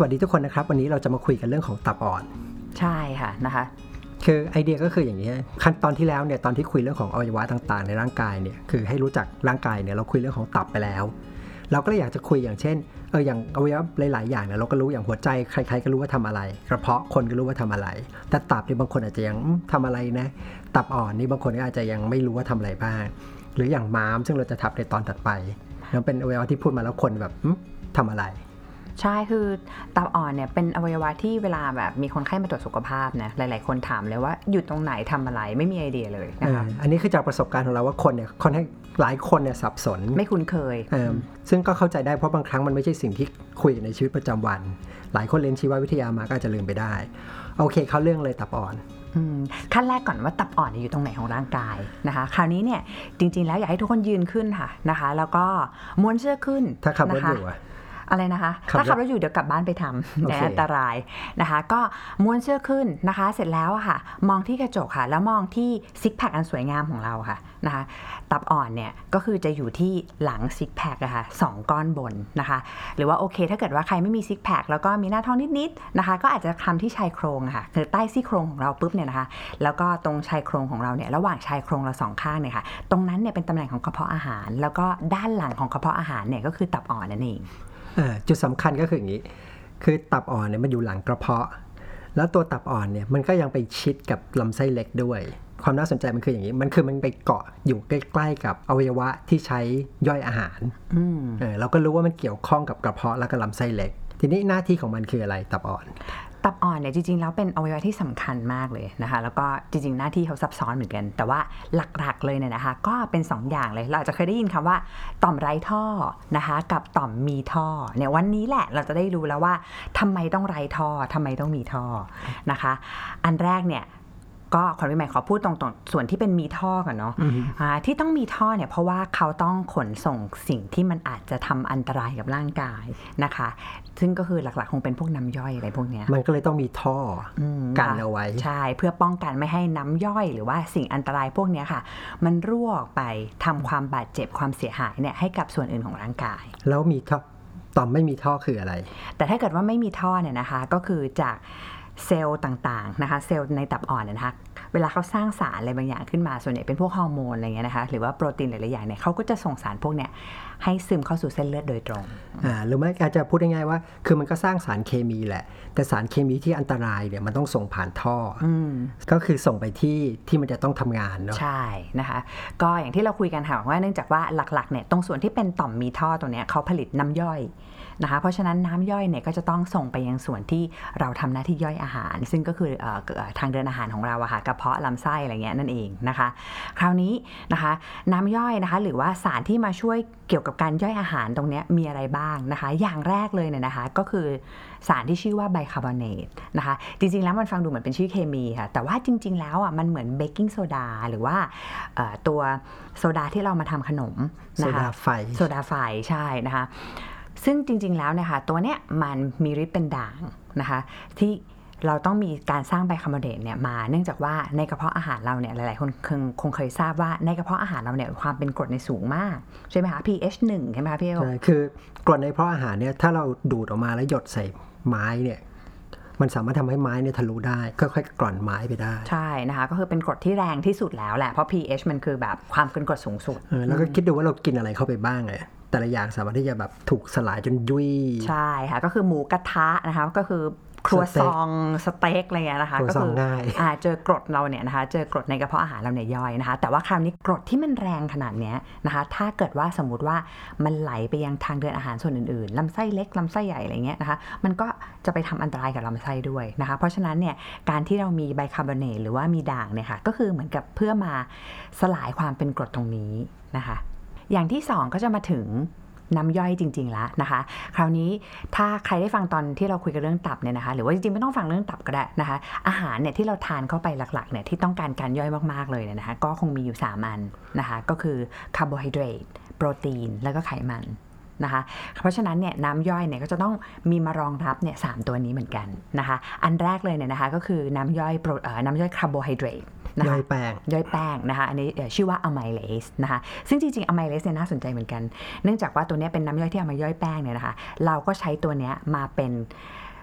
วัสดีทุกคนนะครับวันนี้เราจะมาคุยกันเรื่องของตับอ่อนใช่ค่ะนะคะคือไอเดียก็คืออย่างนี้ขั้นตอนที่แล้วเนี่ยตอนที่คุยเรื่องของอวัยวะต่างๆในร่างกายเนี่ยคือให้รู้จักร่างกายเนี่ยเราคุยเรื่องของตับไปแล้วเราก็เลยอยากจะคุยอย่างเช่นอย่างอวัยวะหลายๆอย่างเนี่ยเราก็รู้อย่างหัวใจใครๆก็รู้ว่าทำอะไรกระเพาะคนก็รู้ว่าทำอะไรแต่ตับเนี่ยบางคนอาจจะยังทำอะไรนะตับอ่อนนี่บางคนก็อาจจะยังไม่รู้ว่าทำอะไรบ้างหรืออย่างม้ามซึ่งเราจะทับในตอนถัดไปแล้วเป็นอวัยวะที่พูดมาแล้วคนแบบทำอะไรใช่คือตับอ่อนเนี่ยเป็นอวัยวะที่เวลาแบบมีคนไข้มาตรวจสุขภาพนะหลายๆคนถามเลยว่าอยู่ตรงไหนทำอะไรไม่มีไอเดียเลยนะคะอันนี้คือจากประสบการณ์ของเราว่าคนเนี่ยหลายคนเนี่ยสับสนไม่คุ้นเคยซึ่งก็เข้าใจได้เพราะบางครั้งมันไม่ใช่สิ่งที่คุยในชีวิตประจำวันหลายคนเรียนชีววิทยามาก็อาจจะลืมไปได้โอเคเข้าเรื่องเลยตับอ่อนขั้นแรกก่อนว่าตับอ่อนอยู่ตรงไหนของร่างกายนะคะคราวนี้เนี่ยจริงๆแล้วอยากให้ทุกคนยืนขึ้นค่ะนะคะแล้วก็ม้วนเสื้อขึ้นถ้าขับรถอยู่อะไรนะคะถ้าขับรถอยู่เดี๋ยวกลับบ้านไปทำแต่อันตรายนะคะก็ม้วนเสื้อขึ้นนะคะเสร็จแล้วค่ะมองที่กระจกค่ะแล้วมองที่ซิกแพคอันสวยงามของเราค่ะนะคะตับอ่อนเนี่ยก็คือจะอยู่ที่หลังซิกแพคนะคะ2ก้อนบนนะคะหรือว่าโอเคถ้าเกิดว่าใครไม่มีซิกแพคแล้วก็มีหน้าท้องนิดๆนะคะก็อาจจะทำที่ชายโครงค่ะคือใต้ซี่โครงของเราปุ๊บเนี่ยนะคะแล้วก็ตรงชายโครงของเราเนี่ยระหว่างชายโครงเราสองข้างเนี่ยค่ะตรงนั้นเนี่ยเป็นตำแหน่งของกระเพาะอาหารแล้วก็ด้านหลังของกระเพาะอาหารเนี่ยก็คือตับอ่อนนั่นเองจุดสำคัญก็คืออย่างนี้คือตับอ่อนเนี่ยมันอยู่หลังกระเพาะแล้วตัวตับอ่อนเนี่ยมันก็ยังไปชิดกับลำไส้เล็กด้วยความน่าสนใจมันคืออย่างนี้มันไปเกาะอยู่ใกล้ๆกับอวัยวะที่ใช้ย่อยอาหารเราก็รู้ว่ามันเกี่ยวข้องกับกระเพาะและก็ลำไส้เล็กทีนี้หน้าที่ของมันคืออะไรตับอ่อนเนี่ยจริงๆแล้วเป็นอวัยวะที่สำคัญมากเลยนะคะแล้วก็จริงๆหน้าที่เขาซับซ้อนเหมือนกันแต่ว่าหลักๆเลยเนี่ยนะคะก็เป็น2 อย่างเลยเราอาจจะเคยได้ยินคำว่าต่อมไร้ท่อนะคะกับต่อมมีท่อเนี่ยวันนี้แหละเราจะได้รู้แล้วว่าทำไมต้องไร้ท่อทำไมต้องมีท่อนะคะอันแรกเนี่ยก็ขอพี่ใหม่ขอพูดตรงๆส่วนที่เป็นมีท่อก่อนเนาะที่ต้องมีท่อเนี่ยเพราะว่าเขาต้องขนส่งสิ่งที่มันอาจจะทำอันตรายกับร่างกายนะคะซึ่งก็คือหลักๆคงเป็นพวกน้ำย่อยอะไรพวกนี้มันก็เลยต้องมีท่อกันเอาไว้ใช่เพื่อป้องกันไม่ให้น้ำย่อยหรือว่าสิ่งอันตรายพวกนี้ค่ะมันรั่วออกไปทำความบาดเจ็บความเสียหายเนี่ยให้กับส่วนอื่นของร่างกายแล้วมีท่อต่อมไม่มีท่อคืออะไรแต่ถ้าเกิดว่าไม่มีท่อเนี่ยนะคะก็คือจากเซลล์ต่างๆนะคะเซลล์ในตับอ่อนนะคะเวลาเขาสร้างสารอะไรบางอย่างขึ้นมาส่วนใหญ่เป็นพวกฮอร์โมนอะไรเงี้ยนะคะหรือว่าโปรตีนหลายๆอย่างเนี่ยเขาก็จะส่งสารพวกเนี้ยให้ซึมเข้าสู่เส้นเลือดโดยตรงหรือไม่อาจจะพูดง่ายๆว่าคือมันก็สร้างสารเคมีแหละแต่สารเคมีที่อันตรายเนี่ยมันต้องส่งผ่านท่อก็คือส่งไปที่มันจะต้องทำงานเนาะใช่นะคะก็อย่างที่เราคุยกันค่ะว่าเนื่องจากว่าหลักๆเนี่ยตรงส่วนที่เป็นต่อมมีท่อตรงเนี้ยเขาผลิตน้ำย่อยนะคะเพราะฉะนั้นน้ำย่อยเนี่ยก็จะต้องส่งไปยังส่วนที่เราทำหน้าที่ย่อยอาหารซึ่งก็คือทางเดินอาหารของเราอะค่ะกระเพาะลำไส้อะไรเงี้ยนั่นเองนะคะคราวนี้นะคะน้ำย่อยนะคะหรือว่าสารที่มาช่วยเกี่ยวกับการย่อยอาหารตรงนี้มีอะไรบ้างนะคะอย่างแรกเลยเนี่ยนะคะก็คือสารที่ชื่อว่าไบคาร์บอเนตนะคะจริงๆแล้วมันฟังดูเหมือนเป็นชื่อเคมีค่ะแต่ว่าจริงๆแล้วอ่ะมันเหมือนเบกกิ้งโซดาหรือว่าตัวโซดาที่เรามาทำขนมนะคะโซดาไฟใช่นะคะซึ่งจริงๆแล้วนะคะตัวเนี้ยมันมีฤทธิ์เป็นด่างนะคะที่เราต้องมีการสร้างไบคาร์บอเนตเนี่ยมาเนื่องจากว่าในกระเพาะอาหารเราเนี่ยหลายๆคนคงเคยทราบว่าในกระเพาะอาหารเราเนี่ยความเป็นกรดในสูงมากใช่ไหมคะ pH 1ใช่ไหมคะพี่เอลใช่คือกรดในกระเพาะอาหารเนี่ยถ้าเราดูดออกมาแล้วหยดใส่ไม้เนี่ยมันสามารถทำให้ไม้เนี่ยทะลุได้ค่อยๆกร่อนไม้ไปได้ใช่นะคะก็คือเป็นกรดที่แรงที่สุดแล้วแหละเพราะ pH มันคือแบบความเป็นกรดสูงสุดแล้วก็คิดดูว่าเรากินอะไรเข้าไปบ้างเลยแต่ละอย่างสามารถที่จะแบบถูกสลายจนยุ่ยใช่ค่ะก็คือหมูกระทะนะคะก็คือครัวซองสเต็กอะไรเงี้ยนะคะก็คือเจอกรดเราเนี่ยนะคะเจอกรดในกระเพาะอาหารเราเนี่ยย่อยนะคะแต่ว่าคราวนี้กรดที่มันแรงขนาดนี้นะคะถ้าเกิดว่าสมมติว่ามันไหลไปยังทางเดินอาหารส่วนอื่นๆลำไส้เล็กลำไส้ใหญ่อะไรเงี้ยนะคะมันก็จะไปทำอันตรายกับลำไส้ด้วยนะคะเพราะฉะนั้นเนี่ยการที่เรามีไบคาร์บอเนตหรือว่ามีด่างเนี่ยค่ะก็คือเหมือนกับเพื่อมาสลายความเป็นกรดตรงนี้นะคะอย่างที่2ก็จะมาถึงน้ำย่อยจริงๆแล้วนะคะคราวนี้ถ้าใครได้ฟังตอนที่เราคุยกันเรื่องตับเนี่ยนะคะหรือว่าจริงๆไม่ต้องฟังเรื่องตับก็ได้นะคะอาหารเนี่ยที่เราทานเข้าไปหลักๆเนี่ยที่ต้องการการย่อยมากๆเลยนะคะก็คงมีอยู่3อันนะคะก็คือคาร์โบไฮเดรตโปรตีนแล้วก็ไขมันนะคะเพราะฉะนั้นเนี่ยน้ำย่อยเนี่ยก็จะต้องมีมารองรับเนี่ย3ตัวนี้เหมือนกันนะคะอันแรกเลยเนี่ยนะคะก็คือน้ำย่อยคาร์โบไฮเดรตย่อยแป้งนะคะอันนี้ชื่อว่าอะไมเลสนะคะซึ่งจริงๆอะไมเลสเนี่ยน่าสนใจเหมือนกันเนื่องจากว่าตัวนี้เป็นน้ำย่อยที่เอามาย่อยแป้งเนี่ยนะคะเราก็ใช้ตัวนี้มาเป็น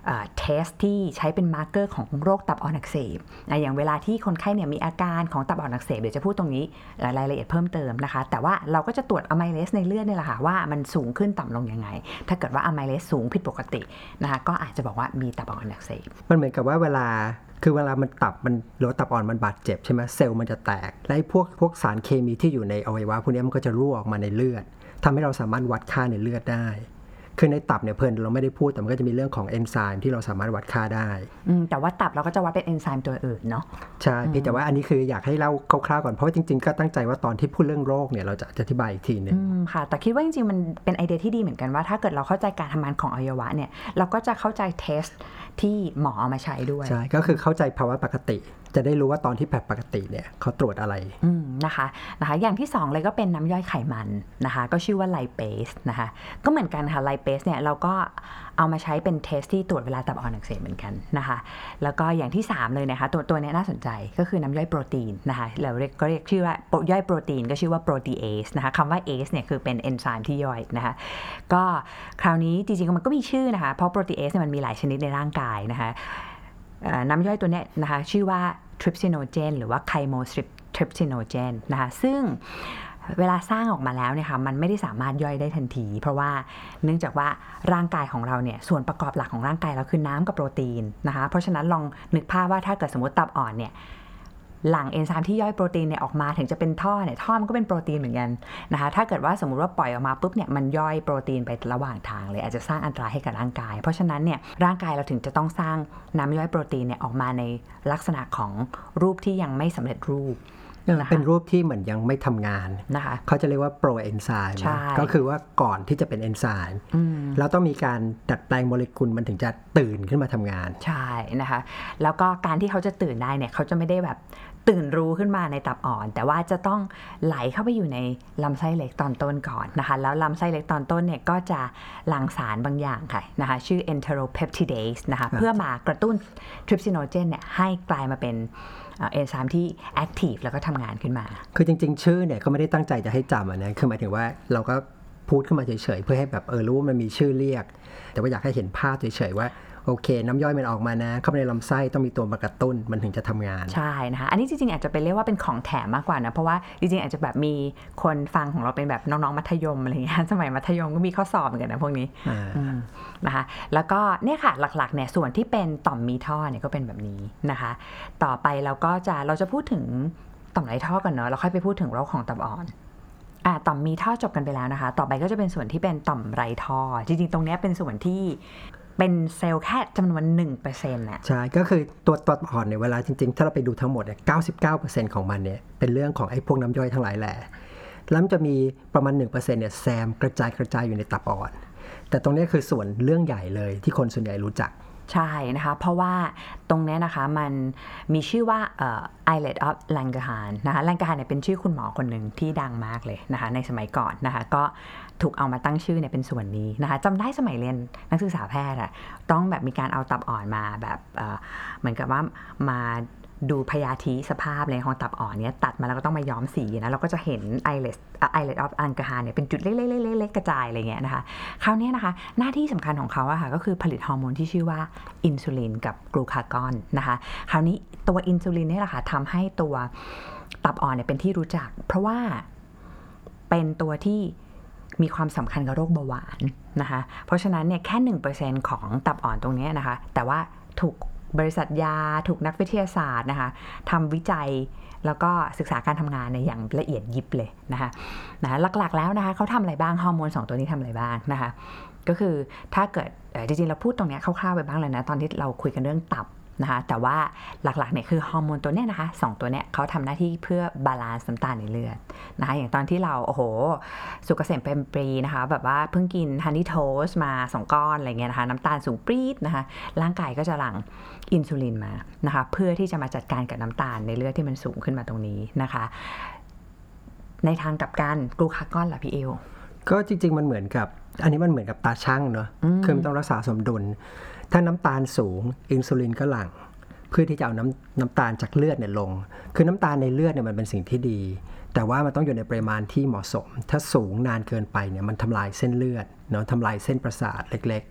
เทสที่ใช้เป็นมาร์กเกอร์ของโรคตับอ่อนอักเสบอย่างเวลาที่คนไข้เนี่ยมีอาการของตับอ่อนอักเสบเดี๋ยวจะพูดตรงนี้รายละเอียดเพิ่มเติมนะคะแต่ว่าเราก็จะตรวจอะไมเลสในเลือดนี่แหละค่ะว่ามันสูงขึ้นต่ำลงยังไงถ้าเกิดว่าอะไมเลสสูงผิดปกตินะคะก็อาจจะบอกว่ามีตับอ่อนอักเสบมันเหมือนกับว่าเวลามันตับมันหรือตับอ่อนมันบาดเจ็บใช่ไหมเซลล์มันจะแตกและพวกสารเคมีที่อยู่ในอวัยวะพวกนี้มันก็จะรั่วออกมาในเลือดทำให้เราสามารถวัดค่าในเลือดได้คือในตับเนี่ยเพิ่นเราไม่ได้พูดแต่มันก็จะมีเรื่องของเอนไซม์ที่เราสามารถวัดค่าได้แต่ว่าตับเราก็จะวัดเป็นเอนไซม์ตัวอื่นเนาะใช่พี่แต่ว่าอันนี้คืออยากให้เล่าคร่าวๆก่อนเพราะว่าจริงๆก็ตั้งใจว่าตอนที่พูดเรื่องโรคเนี่ยเราจะอธิบายอีกทีนึงค่ะแต่คิดว่าจริงๆมันเป็นไอเดียที่ดีเหมือนกันว่าถ้าเกิดเราเข้าใจการทำงานของอวัยวะเนี่ยเราก็จะเข้าใจเทสที่หมอเอามาใช้ด้วยใช่ก็คือเข้าใจภาวะปกติจะได้รู้ว่าตอนที่แบบปกติเนี่ยเขาตรวจอะไรนะคะอย่างที่2เลยก็เป็นน้ำย่อยไขมันนะคะก็ชื่อว่าไลเปสนะคะก็เหมือนกันค่ะไลเปสเนี่ยเราก็เอามาใช้เป็นเทสที่ตรวจเวลาตับอ่อนอักเสบเหมือนกันนะคะแล้วก็อย่างที่3เลยนะคะตัวนี้น่าสนใจก็คือน้ำย่อยโปรตีนนะคะเราเรียกชื่อว่าย่อยโปรตีนก็ชื่อว่าโปรตีเอสนะคะคำว่าเอสเนี่ยคือเป็นเอนไซม์ที่ย่อยนะคะก็คราวนี้จริงๆมันก็มีชื่อนะคะเพราะโปรตีเอสเนี่ยมันมีหลายชนิดในร่างกายนะคะน้ำย่อยตัวนี้นะคะชื่อว่าทริปซิโนเจนหรือว่าไคโมทริปซิโนเจนนะคะซึ่งเวลาสร้างออกมาแล้วเนี่ยค่ะมันไม่ได้สามารถย่อยได้ทันทีเพราะว่าเนื่องจากว่าร่างกายของเราเนี่ยส่วนประกอบหลักของร่างกายเราคือน้ำกับโปรตีนนะคะเพราะฉะนั้นลองนึกภาพว่าถ้าเกิดสมมติตับอ่อนเนี่ยหลั่งเอนไซม์ที่ย่อยโปรตีนเนี่ยออกมาถึงจะเป็นท่อเนี่ยท่อมันก็เป็นโปรตีนเหมือนกันนะคะถ้าเกิดว่าสมมุติว่าปล่อยออกมาปุ๊บเนี่ยมันย่อยโปรตีนไประหว่างทางเลยอาจจะสร้างอันตรายให้กับร่างกายเพราะฉะนั้นเนี่ยร่างกายเราถึงจะต้องสร้างน้ำย่อยโปรตีนเนี่ยออกมาในลักษณะของรูปที่ยังไม่สำเร็จรูปเป็นรูปที่เหมือนยังไม่ทำงานนะคะเขาจะเรียกว่าโปรเอนไซม์ก็คือว่าก่อนที่จะเป็นเอนไซม์แล้วต้องมีการดัดแปลงโมเลกุลมันถึงจะตื่นขึ้นมาทำงานใช่นะคะแล้วก็การที่เขาจะตื่นได้เนี่ยเขาจะไม่ได้แบบตื่นรู้ขึ้นมาในตับอ่อนแต่ว่าจะต้องไหลเข้าไปอยู่ในลำไส้เล็กตอนต้นก่อนนะคะแล้วลำไส้เล็กตอนต้นเนี่ยก็จะหลั่งสารบางอย่างค่ะนะคะชื่อ enteropeptidase นะคะเพื่อมากระตุ้นทริปซิโนเจนเนี่ยให้กลายมาเป็นเอนไซม์ที่แอคทีฟแล้วก็ทำงานขึ้นมาคือจริงๆชื่อเนี่ยก็ไม่ได้ตั้งใจจะให้จำนะคือหมายถึงว่าเราก็พูดขึ้นมาเฉยๆเพื่อให้แบบรู้ว่ามันมีชื่อเรียกแต่ว่าอยากให้เห็นภาพเฉยๆว่าโอเคน้ำย่อยมันออกมานะเข้าไปในลำไส้ต้องมีตัวมากระตุ้นมันถึงจะทำงานใช่นะคะอันนี้จริงๆอาจจะเป็นเรียกว่าเป็นของแถมมากกว่านะเพราะว่าจริงๆอาจจะแบบมีคนฟังของเราเป็นแบบน้องๆมัธยมอะไรเงี้ยสมัยมัธยมก็มีข้อสอบเหมือนกันนะพวกนี้นะคะแล้วก็เนี่ยค่ะหลักๆเนี่ยส่วนที่เป็นต่อมมีท่อเนี่ยก็เป็นแบบนี้นะคะต่อไปเราจะพูดถึงต่อมไรท่อก่อนเนาะแล้วค่อยไปพูดถึงโรคของตับอ่อนต่อมมีท่อจบกันไปแล้วนะคะต่อไปก็จะเป็นส่วนที่เป็นต่อมไรท่อจริงๆตรงนี้เป็นส่วนที่เป็นเซลล์แค่จำนวน 1% น่ะใช่ก็คือตัวอ่อนเนี่ยเวลาจริงๆถ้าเราไปดูทั้งหมดเนี่ย 99% ของมันเนี่ยเป็นเรื่องของไอ้พวกน้ำย่อยทั้งหลายแหละแล้วมันจะมีประมาณ 1% เนี่ยแซมกระจายอยู่ในตับอ่อนแต่ตรงนี้คือส่วนเรื่องใหญ่เลยที่คนส่วนใหญ่รู้จักใช่นะคะเพราะว่าตรงนี้นะคะมันมีชื่อว่าIslet of Langerhans นะคะ Langerhans เนี่ยเป็นชื่อคุณหมอคนหนึ่งที่ดังมากเลยนะคะในสมัยก่อนนะคะก็ถูกเอามาตั้งชื่อเนี่ยเป็นส่วนนี้นะคะจำได้สมัยเรียนนักศึกษาแพทย์ต้องแบบมีการเอาตับอ่อนมาแบบเหมือนกับว่ามาดูพยาธิสภาพเลยของตับอ่อนเนี้ยตัดมาแล้วก็ต้องมาย้อมสีนะเราก็จะเห็น Islet of Langerhans เนี่ยเป็นจุดเล็กๆกระจายอะไรเงี้ยนะคะคราวนี้นะคะหน้าที่สำคัญของเขาค่ะก็คือผลิตฮอร์โมนที่ชื่อว่าอินซูลินกับกลูคากอนนะคะคราวนี้ตัวอินซูลินนี่แหละค่ะทำให้ตัวตับอ่อนเนี่ยเป็นที่รู้จักเพราะว่าเป็นตัวที่มีความสำคัญกับโรคเบาหวานนะคะเพราะฉะนั้นเนี่ยแค่ 1% ของตับอ่อนตรงนี้นะคะแต่ว่าถูกบริษัทยาถูกนักวิทยาศาสตร์นะคะทำวิจัยแล้วก็ศึกษาการทำงานในอย่างละเอียดยิบเลยนะคะหลักๆแล้วนะคะเขาทำอะไรบ้างฮอร์โมน2ตัวนี้ทำอะไรบ้างนะคะก็คือถ้าเกิดจริงๆเราพูดตรงนี้คร่าวๆไปบ้างเลยนะตอนที่เราคุยกันเรื่องตับนะคะแต่ว่าหลักๆเนี่ยคือฮอร์โมนตัวเนี้ยนะคะ2ตัวเนี้ยเขาทำหน้าที่เพื่อบาลานซ์น้ำตาลในเลือดนะคะอย่างตอนที่เราสุกเกษมเป็นปรีนะคะแบบว่าเพิ่งกินฮันนี่โทสต์มา2ก้อนอะไรเงี้ยนะคะน้ำตาลสูงปรี๊ดนะคะร่างกายก็จะหลั่งอินซูลินมานะคะเพื่อที่จะมาจัดการกับน้ำตาลในเลือดที่มันสูงขึ้นมาตรงนี้นะคะในทางกลับกันกลูคากอนล่ะพี่เอลก็จริงๆมันเหมือนกับอันนี้มันเหมือนกับตาช่างเนาะคือมันต้องรักษาสมดุลถ้าน้ำตาลสูงอินซูลินก็หลั่งเพื่อที่จะเอาน้ำตาลจากเลือดเนี่ยลงคือน้ำตาลในเลือดเนี่ยมันเป็นสิ่งที่ดีแต่ว่ามันต้องอยู่ในปริมาณที่เหมาะสมถ้าสูงนานเกินไปเนี่ยมันทำลายเส้นเลือดเนาะทำลายเส้นประสาทเล็กๆ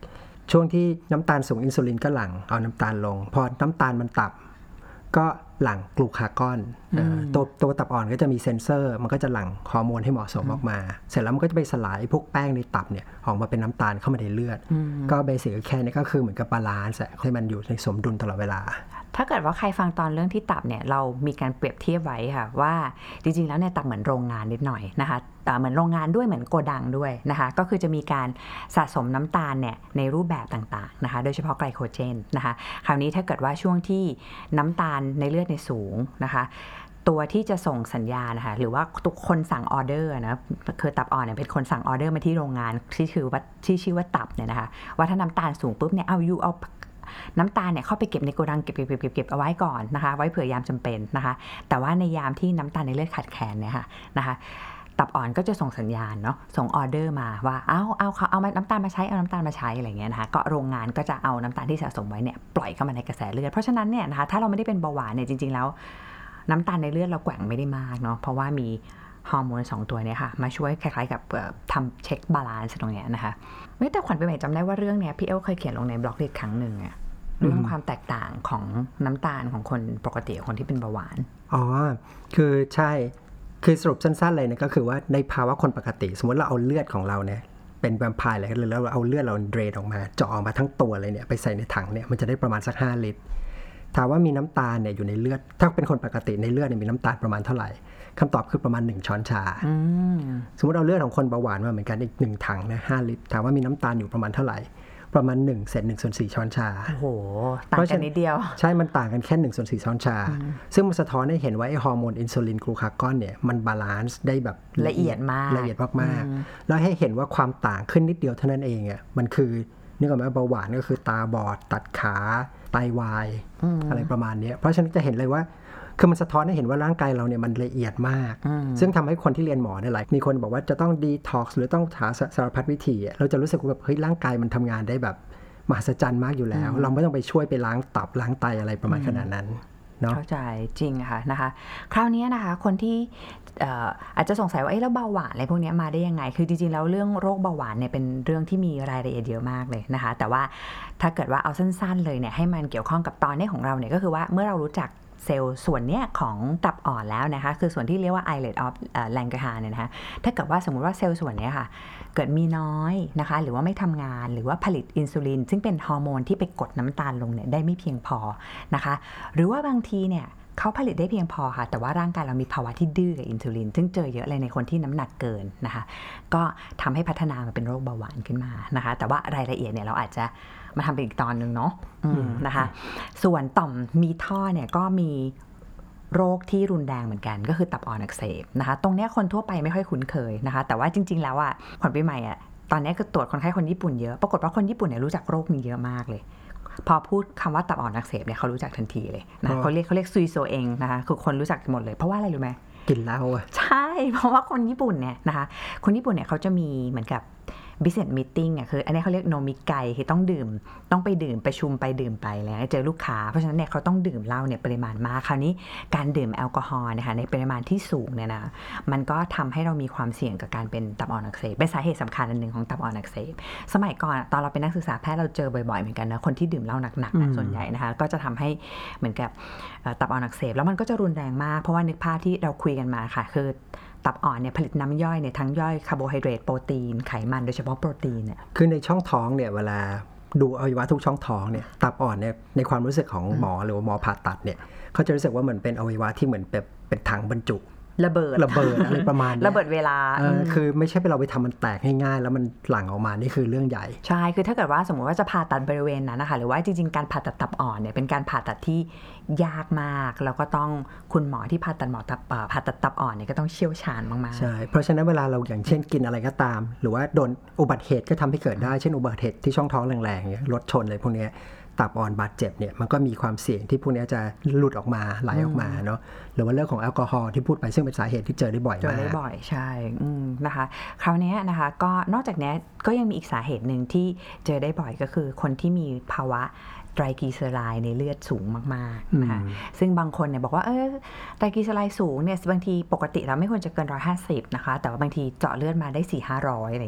ช่วงที่น้ำตาลสูงอินซูลินก็หลั่งเอาน้ำตาลลงพอน้ำตาลมันต่ำก็หลั่งกลูคากอนตัวตับอ่อนก็จะมีเซ็นเซอร์มันก็จะหลั่งฮอร์โมนให้เหมาะสมออกมาเสร็จแล้วมันก็จะไปสลายพวกแป้งในตับเนี่ยออกมาเป็นน้ำตาลเข้ามาในเลือดก็เบสิกแค่นี้ก็คือเหมือนกับบาลานซ์ให้มันอยู่ในสมดุลตลอดเวลาถ้าเกิดว่าใครฟังตอนเรื่องที่ตับเนี่ยเรามีการเปรียบเทียบไว้ค่ะว่าจริงๆแล้วเนี่ยตับเหมือนโรงงานนิดหน่อยนะคะเหมือนโรงงานด้วยเหมือนโกดังด้วยนะคะก็คือจะมีการสะสมน้ำตาลเนี่ยในรูปแบบต่างๆนะคะโดยเฉพาะไกลโคเจนนะคะคราวนี้ถ้าเกิดว่าช่วงที่น้ำตาลในเลือดในสูงนะคะตัวที่จะส่งสัญญาณนะคะหรือว่าทุกคนสั่งออเดอร์นะคือตับอ่อนเนี่ยเป็นคนสั่งออเดอร์มาที่โรงงานที่ชื่อว่าตับเนี่ยนะคะว่าถ้าน้ำตาลสูงปุ๊บเนี่ยเอาน้ำตาลเนี่ยเข้าไปเก็บในโกดังเก็บเอาไว้ก่อนนะคะไว้เผื่อยามจำเป็นนะคะแต่ว่าในยามที่น้ำตาลในเลือดขาดแคลนเนี่ยค่ะนะคะตับอ่อนก็จะส่งสัญญาณเนาะส่งออเดอร์มาว่าเอาน้ำตาลมาใช้เอาน้ำตาลมาใช้อะไรเงี้ยนะคะก็โรงงานก็จะเอาน้ำตาลที่สะสมไว้เนี่ยปล่อยเข้ามาในกระแสเลือดเพราะฉะนั้นเนี่ยนะคะถ้าเราไม่ได้เป็นเบาหวานเนี่ยจริงๆแล้วน้ำตาลในเลือดเราแกว่งไม่ได้มากเนาะเพราะว่ามีฮอร์โมน2ตัวเนี่ยค่ะมาช่วยคล้ายๆกับทำเช็คบาลานซ์ตรงเนี้ยนะคะแต่ขวัญไปใหม่จำได้ว่าเรื่องเนี้ยพี่เอลเคยเขียนลงในบล็อกอีกครั้งหนึ่งอะเรื่องความแตกต่างของน้ำตาลของคนปกติกับคนที่เป็นเบาหวานคือใช่คือสรุปสั้นๆเลยนะก็คือว่าในภาวะคนปกติสมมติเราเอาเลือดของเราเนี่ยเป็นแวมไพร์เลยแล้วเราเอาเลือดเราเดรนออกมาเจาะออกมาทั้งตัวเลยเนี่ยไปใส่ในถังเนี่ยมันจะได้ประมาณสัก5 ลิตรถามว่ามีน้ำตาลเนี่ยอยู่ในเลือดถ้าเป็นคนปกติในเลือดเนี่ยมีน้ำตาลประมาณเท่าไหร่คำตอบคือประมาณ1 ช้อนชาสมมติเอาเลือดของคนเบาหวานมาเหมือนกันอีก1 ถังนะ5 ลิตรถามว่ามีน้ำตาลอยู่ประมาณเท่าไหร่ประมาณ1/1/4 ช้อนชาโอ้โหต่างกันนิดเดียวใช่มันต่างกันแค่1/4 ช้อนชาซึ่งมันสะท้อนให้เห็นว่าไอ้ฮอร์โมนอินซูลินกลูคากอนเนี่ยมันบาลานซ์ได้แบบละเอียดมากแล้วให้เห็นว่าความต่างขึ้นนิดเดียวเท่านั้นเองอ่ะมันคือนึกออกไหมเบาหวานก็คือตาบอดตัดขาไตวายอะไรประมาณนี้เพราะฉะนั้นจะเห็นเลยว่าคือมันสะท้อนให้เห็นว่าร่างกายเราเนี่ยมันละเอียดมากซึ่งทำให้คนที่เรียนหมอเนี่ยหลายมีคนบอกว่าจะต้องดีท็อกซ์หรือต้องหาสารพัดวิธีเราจะรู้สึกว่าแบบเฮ้ยร่างกายมันทำงานได้แบบมหัศจรรย์มากอยู่แล้วเราไม่ต้องไปช่วยไปล้างตับล้างไตอะไรประมาณขนาดนั้นเนาะเข้าใจจริงค่ะนะคะคราวนี้นะคะคนที่อาจจะสงสัยว่าแล้วเบาหวานอะไรพวกนี้มาได้ยังไงคือจริงๆแล้วเรื่องโรคเบาหวานเนี่ยเป็นเรื่องที่มีรายละเอียดเยอะมากเลยนะคะแต่ว่าถ้าเกิดว่าเอาสั้นๆเลยเนี่ยให้มันเกี่ยวข้องกับตอนนี้ของเราเนี่ยก็คือว่าเมื่อเรารู้จักเซลล์ส่วนเนี้ยของตับอ่อนแล้วนะคะคือส่วนที่เรียกว่า islet of Langerhans เนี่ยนะคะถ้าเกิดว่าสมมุติว่าเซลล์ส่วนนี้ค่ะเกิดมีน้อยนะคะหรือว่าไม่ทำงานหรือว่าผลิตอินซูลินซึ่งเป็นฮอร์โมนที่ไปกดน้ำตาลลงเนี่ยได้ไม่เพียงพอนะคะหรือว่าบางทีเนี่ยเขาผลิตได้เพียงพอค่ะแต่ว่าร่างกายเรามีภาวะที่ดื้อกับอินซูลินซึ่งเจอเยอะเลยในคนที่น้ำหนักเกินนะคะก็ทำให้พัฒนามาเป็นโรคเบาหวานขึ้นมานะคะแต่ว่ารายละเอียดเนี่ยเราอาจจะมาทำเป็นอีกตอนนึงเนาะนะคะส่วนต่อมมีท่อเนี่ยก็มีโรคที่รุนแรงเหมือนกันก็คือตับอ่อนอักเสบนะคะตรงนี้คนทั่วไปไม่ค่อยคุ้นเคยนะคะแต่ว่าจริงๆแล้วอ่ะขวัญปีใหม่อ่ะตอนนี้คือตรวจคนไข้คนญี่ปุ่นเยอะปรากฏว่าคนญี่ปุ่นเนี่ยรู้จักโรคนี้เยอะมากเลยพอพูดคำว่าตับอ่อนอักเสบเนี่ยเขารู้จักทันทีเลยนะเขาเรียกซุยโซเองนะคะคือคนรู้จักหมดเลยเพราะว่าอะไรรู้ไหมกินเหล้าอ่ะใช่เพราะว่าคนญี่ปุ่นเนี่ยนะคะคนญี่ปุ่นเนี่ยเขาจะมีเหมือนกับbusiness meeting อ่ะคืออันนี้เขาเรียกโนมิไกคือต้องไปดื่มประชุมไปดื่มไปแล้วเจอลูกค้าเพราะฉะนั้นเนี่ยเขาต้องดื่มเหล้าเนี่ยปริมาณมากคราวนี้การดื่มแอลกอฮอล์นะคะในปริมาณที่สูงเนี่ยนะมันก็ทำให้เรามีความเสี่ยงกับการเป็นตับอ่อนอักเสบเป็นสาเหตุสำคัญอันหนึ่งของตับอ่อนอักเสบสมัยก่อนตอนเราเป็นนักศึกษาแพทย์เราเจอบ่อยๆเหมือนกันนะคนที่ดื่มเหล้าหนักๆส่วนใหญ่นะคะก็จะทำให้เหมือนกับตับอ่อนอักเสบแล้วมันก็จะรุนแรงมากเพราะว่านึกภาพที่เราคุยกันมาค่ะคือตับอ่อนเนี่ยผลิตน้ำย่อยเนี่ยทั้งย่อยคาร์โบไฮเดรตโปรตีนไขมันโดยเฉพาะโปรตีนเนี่ยคือในช่องท้องเนี่ยเวลาดูอวัยวะทุกช่องท้องเนี่ยตับอ่อนเนี่ยในความรู้สึกของหมอหรือว่าหมอผ่าตัดเนี่ยเขาจะรู้สึกว่าเหมือนเป็นอวัยวะที่เหมือนเป็นถังบรรจุระเบิดอะไรประมาณนี้ระเบิดเวลาคือไม่ใช่ไปเราไปทำมันแตกง่ายๆแล้วมันหลั่งออกมานี่คือเรื่องใหญ่ใช่คือถ้าเกิดว่าสมมติว่าจะผ่าตัดบริเวณนั้นนะคะหรือว่าจริงๆการผ่าตัดตับอ่อนเนี่ยเป็นการผ่าตัดที่ยากมากแล้วก็ต้องคุณหมอที่ผ่าตัดผ่าตัดตับอ่อนเนี่ยก็ต้องเชี่ยวชาญมากๆใช่เพราะฉะนั้นเวลาเราอย่างเช่นกินอะไรก็ตามหรือว่าโดนอุบัติเหตุก็ทำให้เกิดได้เช่นอุบัติเหตุที่ช่องท้องแรงๆเนี่ยรถชนอะไรพวกนี้ตับอ่อนบาดเจ็บเนี่ยมันก็มีความเสี่ยงที่พวกนี้จะหลุดออกมาไหลออกมาเนาะหรือว่าเรื่องของแอลกอฮอล์ที่พูดไปซึ่งเป็นสาเหตุที่เจอได้บ่อยมากเจอได้บ่อยใช่นะคะคราวนี้นะคะก็นอกจากนี้ก็ยังมีอีกสาเหตุหนึ่งที่เจอได้บ่อยก็คือคนที่มีภาวะไตรกลีเซอไรด์ในเลือดสูงมากๆนะคะซึ่งบางคนเนี่ยบอกว่าไตรกลีเซอไรด์สูงเนี่ยบางทีปกติเราไม่ควรจะเกิน150นะคะแต่ว่าบางทีเจาะเลือดมาได้400-500อะไรเงี้ย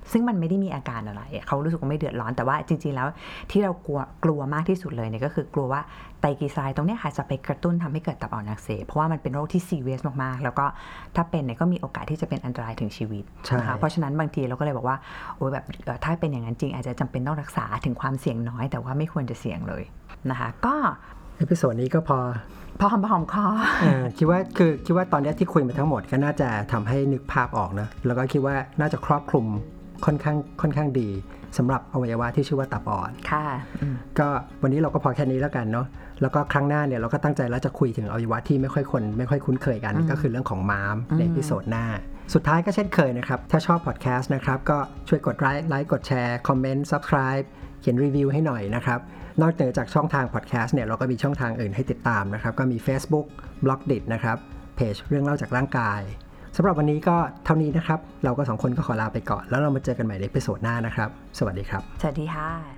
ซึ่งมันไม่ได้มีอาการอะไรเขารู้สึกว่าไม่เดือดร้อนแต่ว่าจริงๆแล้วที่เรากลัวมากที่สุดเลยเนี่ยก็คือกลัวว่าไตรกลีเซอไรด์ตรงนี้ค่ะจะไปกระตุ้นทำให้เกิดตับอ่อนอักเสบเพราะว่ามันเป็นโรคที่ซีเรียสมากๆแล้วก็ถ้าเป็นเนี่ยก็มีโอกาสที่จะเป็นอันตรายถึงชีวิตนะคะเพราะฉะนั้นบางทีเราก็เลยบอกว่าโอ้ยแบบถ้าเป็นอย่างนั้นจริงอาจจะจำเป็นต้องรักษาถึงความเสี่ยงน้อยแต่ว่าไม่ควรจะเสี่ยงเลยนะคะก็เอพิโซดนี้ก็พอหอมคอคิดว่าตอนนี้ที่คุยมาทั้งหมดก็น่าจะทำให้นึกภาพออกนะแล้วก็คิดว่าน่าจะครอบคลุมค่อนข้างดีสำหรับอวัยวะที่ชื่อว่าตับอ่อนค่ะก็วันนี้เราก็พอแค่นี้แล้วกันเนาะแล้วก็ครั้งหน้าเนี่ยเราก็ตั้งใจแล้วจะคุยถึงอวัยวะที่ไม่ค่อยคุ้นเคยกันก็คือเรื่องของม้ามในเอพิโซดหน้าสุดท้ายก็เช่นเคยนะครับถ้าชอบพอดแคสต์นะครับก็ช่วยกดไลค์กดแชร์คอมเมนต์ Subscribe เขียนรีวิวให้หน่อยนะครับนอกจากช่องทางพอดแคสต์เนี่ยเราก็มีช่องทางอื่นให้ติดตามนะครับก็มี Facebook Blogdit นะครับเพจเรื่องเล่าจากร่างกายสำหรับวันนี้ก็เท่านี้นะครับเราก็2คนก็ขอลาไปก่อนแล้วเรามาเจอกันใหม่ในเอพิโซดหน้านะครับสวัสดีครับสวัสดีค่ะ